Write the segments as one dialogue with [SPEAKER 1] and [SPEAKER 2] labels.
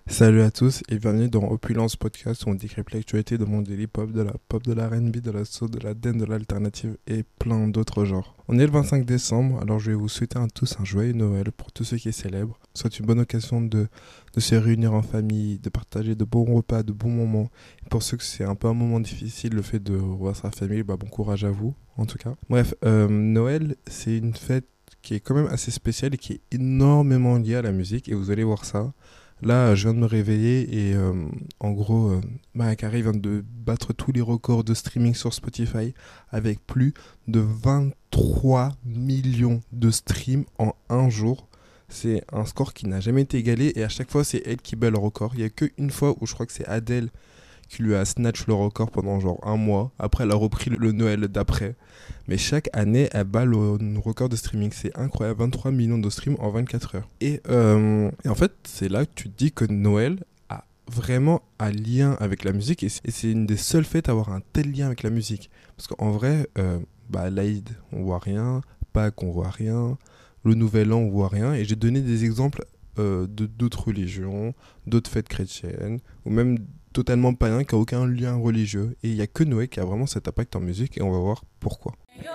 [SPEAKER 1] Salut à tous et bienvenue dans Opulence Podcast où on décrypte l'actualité de mon daily pop, de la R&B, de la soul, de la dance, de l'alternative et plein d'autres genres. On est le 25 décembre, alors je vais vous souhaiter à tous un joyeux Noël pour tous ceux qui célèbrent. C'est une bonne occasion de se réunir en famille, de partager de bons repas, de bons moments. Et pour ceux que c'est un peu un moment difficile, le fait de revoir sa famille, bon courage à vous en tout cas. Bref, Noël c'est une fête qui est quand même assez spéciale et qui est énormément liée à la musique et vous allez voir ça. Là, je viens de me réveiller et en gros, Mariah Carey vient de battre tous les records de streaming sur Spotify avec plus de 23 millions de streams en un jour. C'est un score qui n'a jamais été égalé et à chaque fois, c'est elle qui bat le record. Il n'y a qu'une fois où je crois que c'est Adele qui lui a snatch le record pendant genre un mois. Après, elle a repris le Noël d'après. Mais chaque année, elle bat le record de streaming. C'est incroyable, 23 millions de streams en 24 heures. Et en fait, c'est là que tu te dis que Noël a vraiment un lien avec la musique. Et c'est une des seules fêtes à avoir un tel lien avec la musique. Parce qu'en vrai, l'Aïd, on voit rien. Pâques, on voit rien. Le Nouvel An, on voit rien. Et j'ai donné des exemples de d'autres religions, d'autres fêtes chrétiennes, ou même totalement païen qui a aucun lien religieux. Et il n'y a que Noé qui a vraiment cet impact en musique et on va voir pourquoi.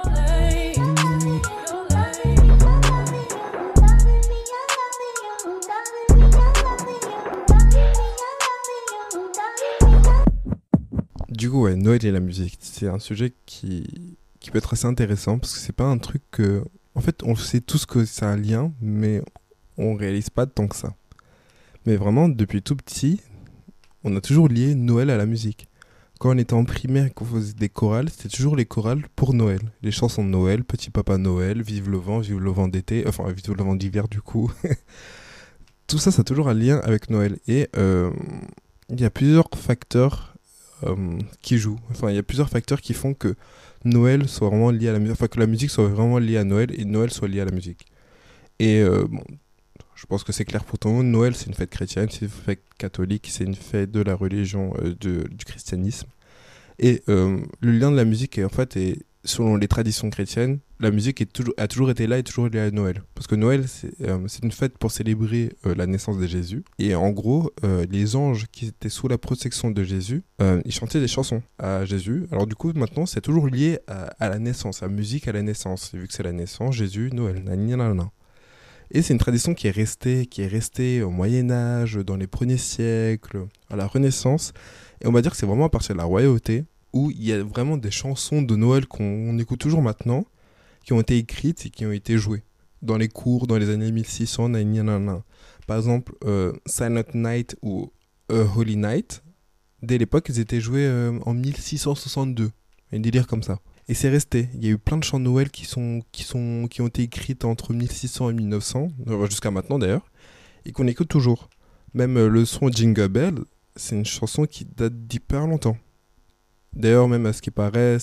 [SPEAKER 1] Du coup, ouais, Noël et la musique, c'est un sujet qui peut être assez intéressant parce que c'est pas un truc que... En fait, on sait tous que c'est un lien, mais on réalise pas tant que ça. Mais vraiment, depuis tout petit, on a toujours lié Noël à la musique. Quand on était en primaire et qu'on faisait des chorales, c'était toujours les chorales pour Noël. Les chansons de Noël, Petit Papa Noël, Vive le vent d'été, enfin Vive le vent d'hiver du coup. Tout ça, ça a toujours un lien avec Noël. Et il y a plusieurs facteurs qui jouent. Enfin, il y a plusieurs facteurs qui font que Noël soit vraiment lié à la musique. Enfin, que la musique soit vraiment liée à Noël et Noël soit lié à la musique. Et bon, je pense que c'est clair pour tout le monde. Noël, c'est une fête chrétienne, c'est une fête catholique, c'est une fête de la religion du christianisme. Et le lien de la musique, est, en fait, est, selon les traditions chrétiennes, la musique a toujours été là et toujours liée à Noël. Parce que Noël, c'est une fête pour célébrer la naissance de Jésus. Et en gros, les anges qui étaient sous la protection de Jésus, ils chantaient des chansons à Jésus. Alors du coup, maintenant, c'est toujours lié à la naissance, à la musique à la naissance. Et vu que c'est la naissance, Jésus, Noël, nanana. Et c'est une tradition qui est restée au Moyen-Âge, dans les premiers siècles, à la Renaissance. Et on va dire que c'est vraiment à partir de la royauté où il y a vraiment des chansons de Noël qu'on écoute toujours maintenant, qui ont été écrites et qui ont été jouées dans les cours dans les années 1600, nanana. Par exemple, Silent Night ou Holy Night, dès l'époque, ils étaient joués en 1662. Un délire comme ça. Et c'est resté. Il y a eu plein de chants de Noël qui ont été écrites entre 1600 et 1900, jusqu'à maintenant d'ailleurs, et qu'on écoute toujours. Même le son Jingle Bell, c'est une chanson qui date d'hyper longtemps. D'ailleurs, même à ce qui paraît,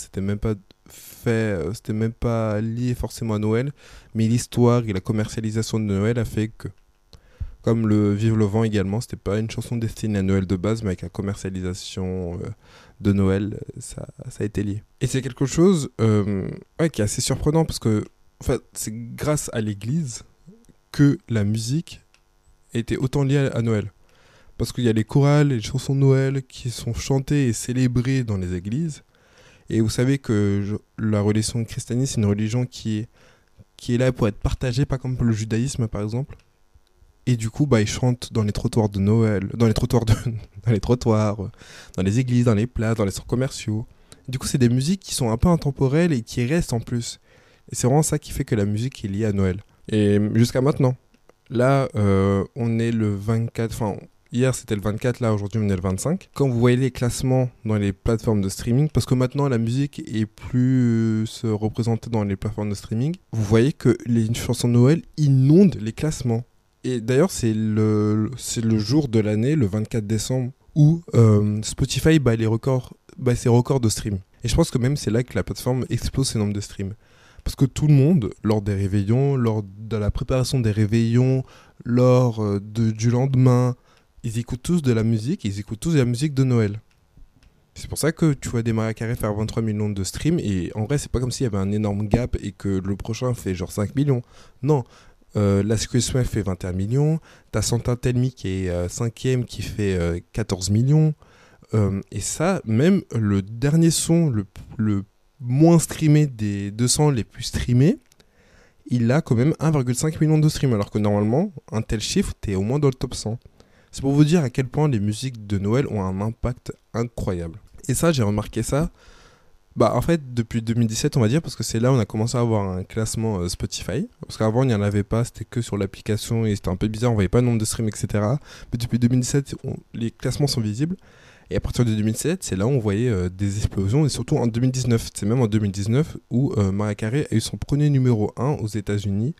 [SPEAKER 1] c'était même pas lié forcément à Noël, mais l'histoire et la commercialisation de Noël a fait que, comme le Vive le vent également, c'était pas une chanson destinée à Noël de base, mais avec la commercialisation de Noël, ça a été lié. Et c'est quelque chose ouais, qui est assez surprenant parce que c'est grâce à l'église que la musique était autant liée à Noël. Parce qu'il y a les chorales et les chansons de Noël qui sont chantées et célébrées dans les églises. Et vous savez que la religion christianisme, c'est une religion qui est là pour être partagée, pas comme le judaïsme par exemple. Et du coup, ils chantent dans les trottoirs de Noël, dans les trottoirs, dans les églises, dans les places, dans les centres commerciaux. Du coup, c'est des musiques qui sont un peu intemporelles et qui restent en plus. Et c'est vraiment ça qui fait que la musique est liée à Noël. Et jusqu'à maintenant. Là, on est le 24, enfin, hier c'était le 24, là aujourd'hui on est le 25. Quand vous voyez les classements dans les plateformes de streaming, parce que maintenant la musique est plus représentée dans les plateformes de streaming, vous voyez que les chansons de Noël inondent les classements. Et d'ailleurs, c'est le jour de l'année, le 24 décembre, où Spotify bat ses records de stream. Et je pense que même c'est là que la plateforme explose ses nombres de streams. Parce que tout le monde, lors des réveillons, lors de la préparation des réveillons, lors du lendemain, ils écoutent tous de la musique, ils écoutent tous de la musique de Noël. C'est pour ça que tu vois des Mariah Carey faire 23 millions de streams, et en vrai, c'est pas comme s'il y avait un énorme gap et que le prochain fait genre 5 millions. Non, Last Christmas fait 21 millions. T'as Santa Tell Me qui est 5ème qui fait 14 millions. Et ça, même le dernier son le moins streamé des 200 les plus streamés, il a quand même 1,5 million de streams. Alors que normalement, un tel chiffre, t'es au moins dans le top 100. C'est pour vous dire à quel point les musiques de Noël ont un impact incroyable. Et ça, j'ai remarqué ça. Bah, en fait, depuis 2017, on va dire, parce que c'est là où on a commencé à avoir un classement Spotify. Parce qu'avant, il n'y en avait pas, c'était que sur l'application et c'était un peu bizarre, on voyait pas le nombre de streams, etc. Mais depuis 2017, les classements sont visibles. Et à partir de 2017, c'est là où on voyait des explosions. Et surtout en 2019, c'est même en 2019 où Mariah Carey a eu son premier numéro 1 aux États-Unis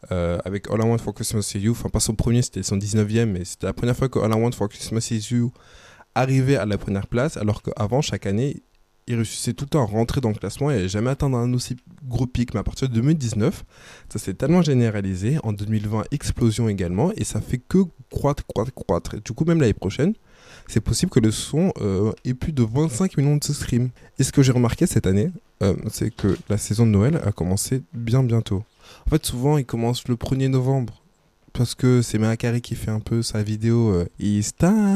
[SPEAKER 1] avec All I Want for Christmas Is You. Enfin, pas son premier, c'était son 19e, mais c'était la première fois que All I Want for Christmas Is You arrivait à la première place, alors qu'avant, chaque année, il réussissait tout le temps à rentrer dans le classement et n'avait jamais atteint un aussi gros pic. Mais à partir de 2019, ça s'est tellement généralisé. En 2020, explosion également. Et ça fait que croître. Et du coup, même l'année prochaine, c'est possible que le son ait plus de 25 millions de streams. Et ce que j'ai remarqué cette année, c'est que la saison de Noël a commencé bien bientôt. En fait, souvent, il commence le 1er novembre. Parce que c'est Mariah Carey qui fait un peu sa vidéo It's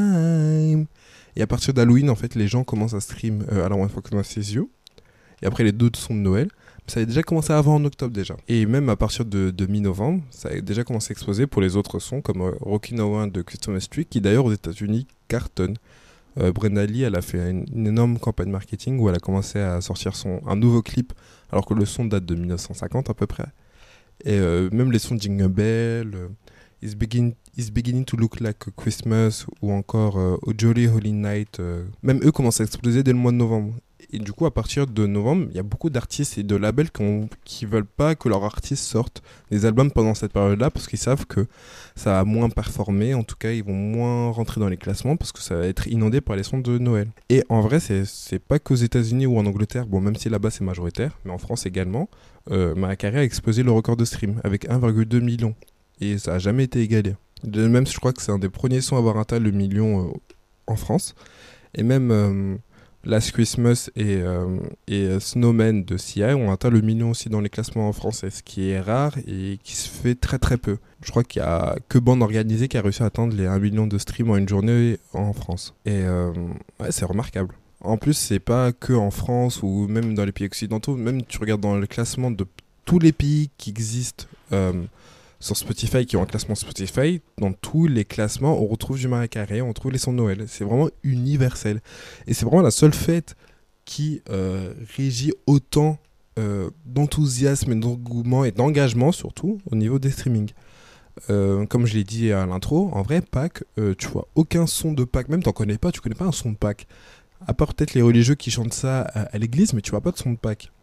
[SPEAKER 1] Time. Et à partir d'Halloween, en fait, les gens commencent à stream alors One for Christmas Is You. Et après, les deux sons de Noël. Ça avait déjà commencé avant en octobre déjà. Et même à partir de mi-novembre, ça a déjà commencé à exploser pour les autres sons comme Rockin' Around de Christmas Tree, qui d'ailleurs aux États-Unis cartonne. Brenda Lee, elle a fait une énorme campagne marketing où elle a commencé à sortir un nouveau clip, alors que le son date de 1950 à peu près. Et même les sons de Jingle Bell, It's Beginning to Look Like Christmas ou encore Oh Jolly Holy Night, même eux commencent à exploser dès le mois de novembre. Et du coup, à partir de novembre, il y a beaucoup d'artistes et de labels qui veulent pas que leurs artistes sortent des albums pendant cette période-là parce qu'ils savent que ça va moins performer. En tout cas, ils vont moins rentrer dans les classements parce que ça va être inondé par les sons de Noël. Et en vrai, c'est pas qu'aux États-Unis ou en Angleterre, bon, même si là-bas c'est majoritaire, mais en France également, Mariah Carey a explosé le record de stream avec 1,2 million. Et ça a jamais été égalé. Même, je crois que c'est un des premiers sons à avoir atteint le million en France. Et même Last Christmas et Snowman de Sia ont atteint le million aussi dans les classements en français, ce qui est rare et qui se fait très très peu. Je crois qu'il y a que Bande Organisée qui a réussi à atteindre les 1 million de streams en une journée en France. Et ouais, c'est remarquable. En plus, c'est pas que en France ou même dans les pays occidentaux, même tu regardes dans le classement de tous les pays qui existent sur Spotify, qui ont un classement Spotify, dans tous les classements, on retrouve du Mariah Carey, on retrouve les sons de Noël. C'est vraiment universel. Et c'est vraiment la seule fête qui régit autant d'enthousiasme et d'engouement et d'engagement, surtout, au niveau des streamings. Comme je l'ai dit à l'intro, en vrai, Pâques, tu vois aucun son de Pâques, même t'en connais pas, tu connais pas un son de Pâques. À part peut-être les religieux qui chantent ça à l'église, mais tu vois pas de son de Pâques.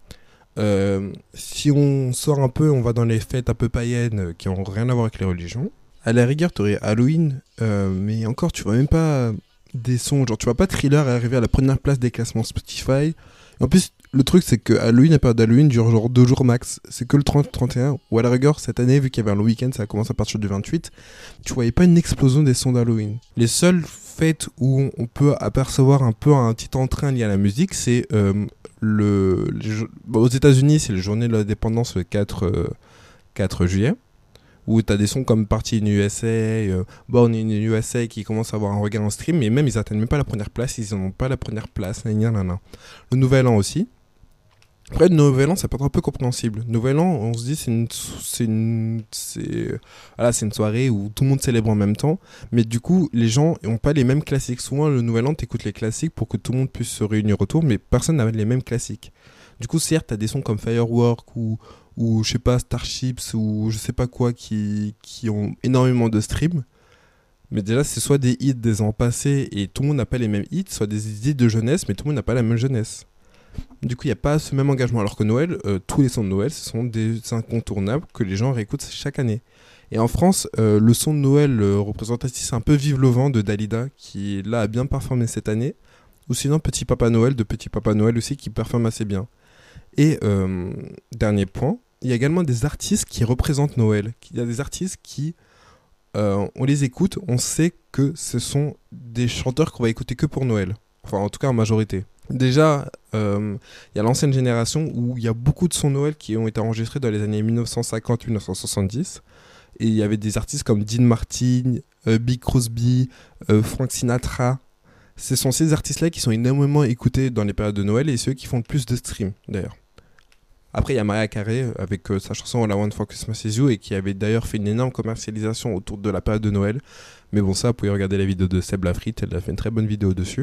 [SPEAKER 1] Si on sort un peu, on va dans les fêtes un peu païennes qui n'ont rien à voir avec les religions. À la rigueur, tu aurais Halloween, mais encore, tu vois même pas des sons. Genre, tu vois pas Thriller arriver à la première place des classements Spotify. Et en plus, le truc, c'est que Halloween, la période d'Halloween dure genre 2 jours max. C'est que le 30-31. Ou à la rigueur, cette année, vu qu'il y avait un long week-end, ça commence à partir du 28. Tu voyais pas une explosion des sons d'Halloween. Les seules fêtes où on peut apercevoir un peu un petit entrain lié à la musique, c'est aux États-Unis, c'est la journée de l'indépendance le 4 juillet, où tu as des sons comme Party in USA, Born in USA qui commencent à avoir un regard en stream, mais même ils atteignent même pas la première place, ils n'ont pas la première place. Le Nouvel An aussi. Après, le Nouvel An, ça peut être un peu compréhensible. Nouvel An, on se dit, c'est une soirée où tout le monde célèbre en même temps. Mais du coup, les gens n'ont pas les mêmes classiques. Souvent, le Nouvel An, t'écoutes les classiques pour que tout le monde puisse se réunir autour, mais personne n'a les mêmes classiques. Du coup, certes, t'as des sons comme Firework ou je sais pas, Starships ou je sais pas quoi qui ont énormément de streams. Mais déjà, c'est soit des hits des ans passés et tout le monde n'a pas les mêmes hits, soit des hits de jeunesse, mais tout le monde n'a pas la même jeunesse. Du coup, il n'y a pas ce même engagement. Alors que Noël, tous les sons de Noël, ce sont des incontournables que les gens réécoutent chaque année. Et en France, le son de Noël représentatif, c'est un peu Vive le vent de Dalida, qui là a bien performé cette année. Ou sinon Petit Papa Noël de Petit Papa Noël aussi, qui performe assez bien. Et dernier point, il y a également des artistes qui représentent Noël. Il y a des artistes qui, on les écoute, on sait que ce sont des chanteurs qu'on va écouter que pour Noël. Enfin, en tout cas, en majorité. Déjà, il y a l'ancienne génération où il y a beaucoup de sons Noël qui ont été enregistrés dans les années 1950-1970. Et il y avait des artistes comme Dean Martin, Big Crosby, Frank Sinatra. Ce sont ces artistes-là qui sont énormément écoutés dans les périodes de Noël et ceux qui font le plus de streams d'ailleurs. Après, il y a Mariah Carey avec sa chanson All I Want for Christmas Is You et qui avait d'ailleurs fait une énorme commercialisation autour de la période de Noël. Mais bon, ça, vous pouvez regarder la vidéo de Seb Lafrite, elle a fait une très bonne vidéo dessus.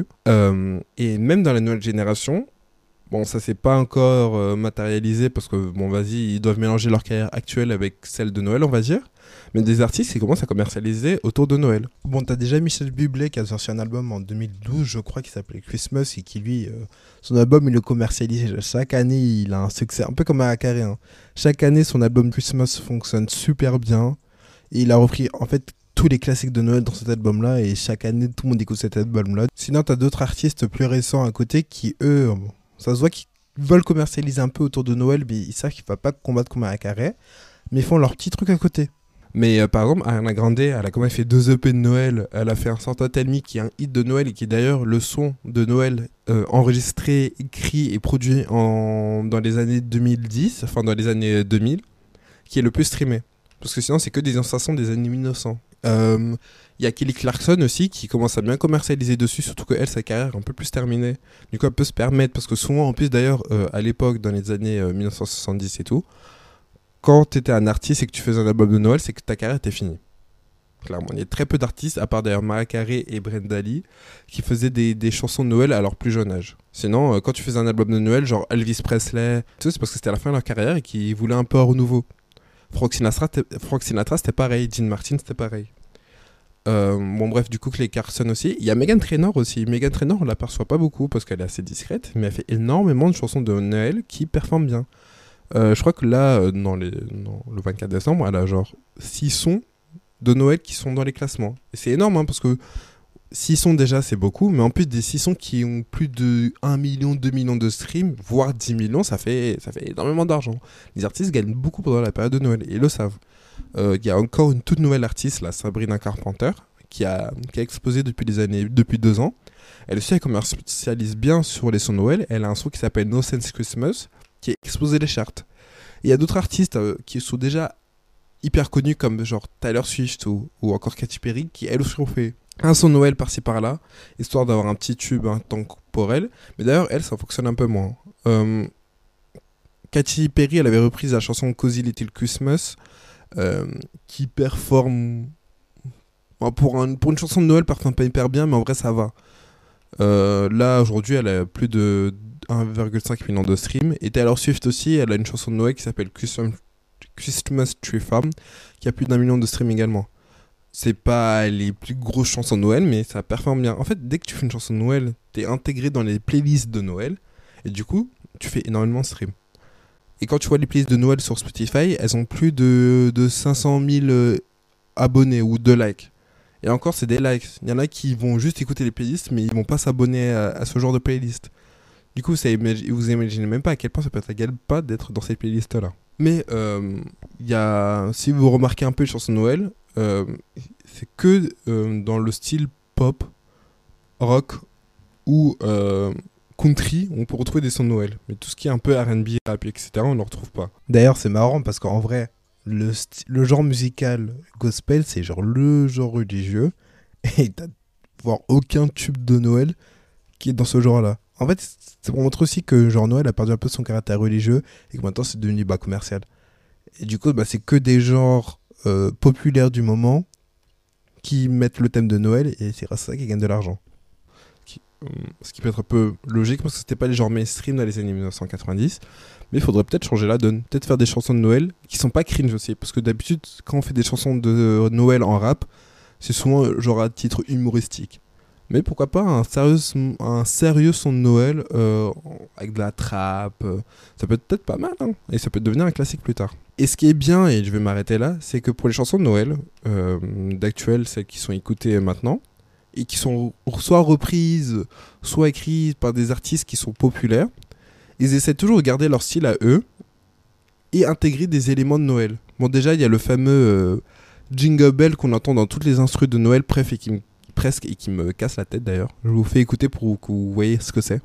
[SPEAKER 1] Et même dans la nouvelle génération, bon, ça s'est pas encore matérialisé parce que, bon, vas-y, ils doivent mélanger leur carrière actuelle avec celle de Noël, on va dire. Mais des artistes qui commencent à commercialiser autour de Noël.
[SPEAKER 2] Bon, t'as déjà Michel Bublé qui a sorti un album en 2012, je crois, qui s'appelait Christmas et qui, lui, son album, il le commercialise. Chaque année, il a un succès, un peu comme Mariah Carey, hein. Chaque année, son album Christmas fonctionne super bien. Et il a repris, en fait, tous les classiques de Noël dans cet album-là. Et chaque année, tout le monde écoute cet album-là. Sinon, t'as d'autres artistes plus récents à côté qui, eux, ça se voit qu'ils veulent commercialiser un peu autour de Noël, mais ils savent qu'il ne va pas combattre comme Mariah Carey. Mais ils font leur petit truc à côté.
[SPEAKER 1] Mais par exemple, Ariana Grande, elle a quand même fait 2 EP de Noël. Elle a fait un Santa Tell Me qui est un hit de Noël et qui est d'ailleurs le son de Noël enregistré, écrit et produit dans les années 2010, enfin dans les années 2000, qui est le plus streamé. Parce que sinon, c'est que des installations des années 1900. Il y a Kelly Clarkson aussi qui commence à bien commercialiser dessus, surtout qu'elle, sa carrière est un peu plus terminée. Du coup, elle peut se permettre, parce que souvent, en plus d'ailleurs, à l'époque, dans les années 1970 et tout, quand tu étais un artiste et que tu faisais un album de Noël, c'est que ta carrière était finie. Clairement, il y a très peu d'artistes, à part d'ailleurs Mariah Carey et Brenda Lee, qui faisaient des chansons de Noël à leur plus jeune âge. Sinon, quand tu faisais un album de Noël, genre Elvis Presley, tu sais, c'est parce que c'était à la fin de leur carrière et qu'ils voulaient un peu un renouveau. Frank Sinatra, c'était pareil. Dean Martin, c'était pareil. Bon, bref, du coup, Kelly Clarkson aussi. Il y a Meghan Trainor aussi. Meghan Trainor, on la perçoit pas beaucoup parce qu'elle est assez discrète, mais elle fait énormément de chansons de Noël qui performent bien. Je crois que là, le 24 décembre, elle a genre 6 sons de Noël qui sont dans les classements. Et c'est énorme, hein, parce que 6 sons déjà, c'est beaucoup, mais en plus des 6 sons qui ont plus de 1 million, 2 millions de streams, voire 10 millions, ça fait énormément d'argent. Les artistes gagnent beaucoup pendant la période de Noël, et ils le savent. Il y a encore une toute nouvelle artiste, là, Sabrina Carpenter, qui a explosé depuis 2 ans. Elle aussi, elle commercialise bien sur les sons de Noël. Elle a un son qui s'appelle No Sense Christmas, qui a explosé les charts. Il y a d'autres artistes qui sont déjà hyper connus comme genre Taylor Swift ou encore Katy Perry qui elles aussi ont fait un son Noël par-ci par-là, histoire d'avoir un petit tube intemporel. Mais d'ailleurs, elle, ça fonctionne un peu moins. Katy Perry, elle avait repris la chanson Cozy Little Christmas qui performe... Pour une chanson de Noël, performe pas hyper bien, mais en vrai, ça va. Là, aujourd'hui, elle a plus de 1,5 million de streams. Et Taylor Swift aussi, elle a une chanson de Noël qui s'appelle Christmas Tree Farm, qui a plus d'1 million de streams également. C'est pas les plus grosses chansons de Noël, mais ça performe bien. En fait, dès que tu fais une chanson de Noël, t'es intégré dans les playlists de Noël, et du coup, tu fais énormément de streams. Et quand tu vois les playlists de Noël sur Spotify, elles ont plus de 500 000 abonnés ou de likes. Et encore, c'est des likes. Il y en a qui vont juste écouter les playlists, mais ils vont pas s'abonner à ce genre de playlist. Du coup, vous imaginez même pas à quel point ça peut être pas d'être dans ces playlists-là. Mais si vous remarquez un peu les chansons de Noël, c'est que dans le style pop, rock ou country, on peut retrouver des sons de Noël. Mais tout ce qui est un peu R&B, rap, etc., on ne le retrouve pas.
[SPEAKER 2] D'ailleurs, c'est marrant parce qu'en vrai, le genre musical gospel, c'est genre le genre religieux. Et t'as voire aucun tube de Noël qui est dans ce genre-là. En fait, ça montre aussi que genre Noël a perdu un peu son caractère religieux et que maintenant c'est devenu commercial. Et du coup, c'est que des genres populaires du moment qui mettent le thème de Noël et c'est grâce à ça qu'ils gagnent de l'argent.
[SPEAKER 1] Ce qui peut être un peu logique parce que c'était pas les genres mainstream dans les années 1990. Mais il faudrait peut-être changer la donne. Peut-être faire des chansons de Noël qui sont pas cringe aussi. Parce que d'habitude, quand on fait des chansons de Noël en rap, c'est souvent genre à titre humoristique. Mais pourquoi pas un sérieux son de Noël avec de la trappe. Ça peut être peut-être pas mal, hein, et ça peut devenir un classique plus tard. Et ce qui est bien, et je vais m'arrêter là, c'est que pour les chansons de Noël, d'actuelles, celles qui sont écoutées maintenant, et qui sont soit reprises, soit écrites par des artistes qui sont populaires, ils essaient toujours de garder leur style à eux et intégrer des éléments de Noël. Bon, déjà, il y a le fameux Jingle Bell qu'on entend dans toutes les instrus de Noël, et qui me casse la tête d'ailleurs. Je vous fais écouter pour que vous voyez ce que c'est.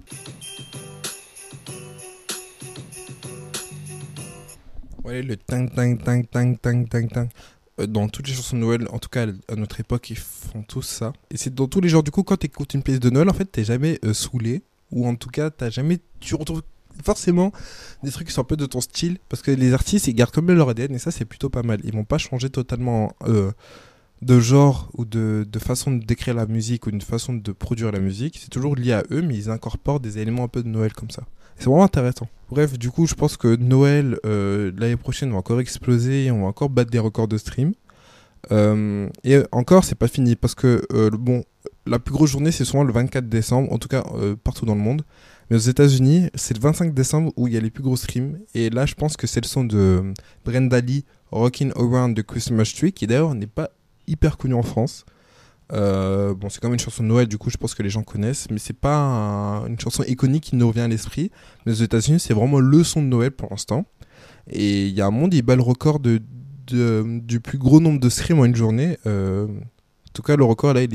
[SPEAKER 1] Ouais, le tang tang tang tang tang tang tang. dans toutes les chansons de Noël, en tout cas à notre époque, ils font tous ça. Et c'est dans tous les genres. Du coup, quand tu écoutes une playlist de Noël, en fait, t'es jamais saoulé. Ou en tout cas, tu retrouves forcément des trucs qui sont un peu de ton style. Parce que les artistes, ils gardent quand même leur ADN. Et ça, c'est plutôt pas mal. Ils vont pas changer totalement de genre ou de façon de décrire la musique ou une façon de produire la musique. C'est toujours lié à eux, mais ils incorporent des éléments un peu de Noël comme ça. C'est vraiment intéressant. Bref, du coup, je pense que Noël, l'année prochaine, va encore exploser. On va encore battre des records de stream. Et encore, c'est pas fini. Parce que, bon, la plus grosse journée, c'est souvent le 24 décembre. En tout cas, partout dans le monde. Mais aux États-Unis, c'est le 25 décembre où il y a les plus gros streams. Et là, je pense que c'est le son de Brenda Lee, Rockin' Around the Christmas Tree, qui d'ailleurs n'est pas hyper connu en France. Bon, c'est quand même une chanson de Noël, du coup, je pense que les gens connaissent, mais c'est pas une chanson iconique qui nous revient à l'esprit. Mais aux États-Unis, c'est vraiment le son de Noël pour l'instant. Et il y a un monde, il bat le record du plus gros nombre de streams en une journée. En tout cas, le record là,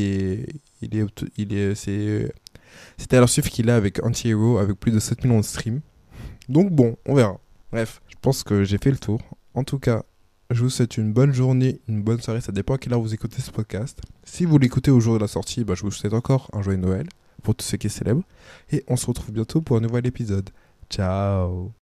[SPEAKER 1] c'est Taylor Swift qui l'a avec Anti-Hero, avec plus de 7 millions de streams. Donc bon, on verra. Bref, je pense que j'ai fait le tour. En tout cas, je vous souhaite une bonne journée, une bonne soirée, ça dépend à quelle heure vous écoutez ce podcast. Si vous l'écoutez au jour de la sortie, je vous souhaite encore un joyeux Noël pour tous ceux qui célèbrent. Et on se retrouve bientôt pour un nouvel épisode. Ciao.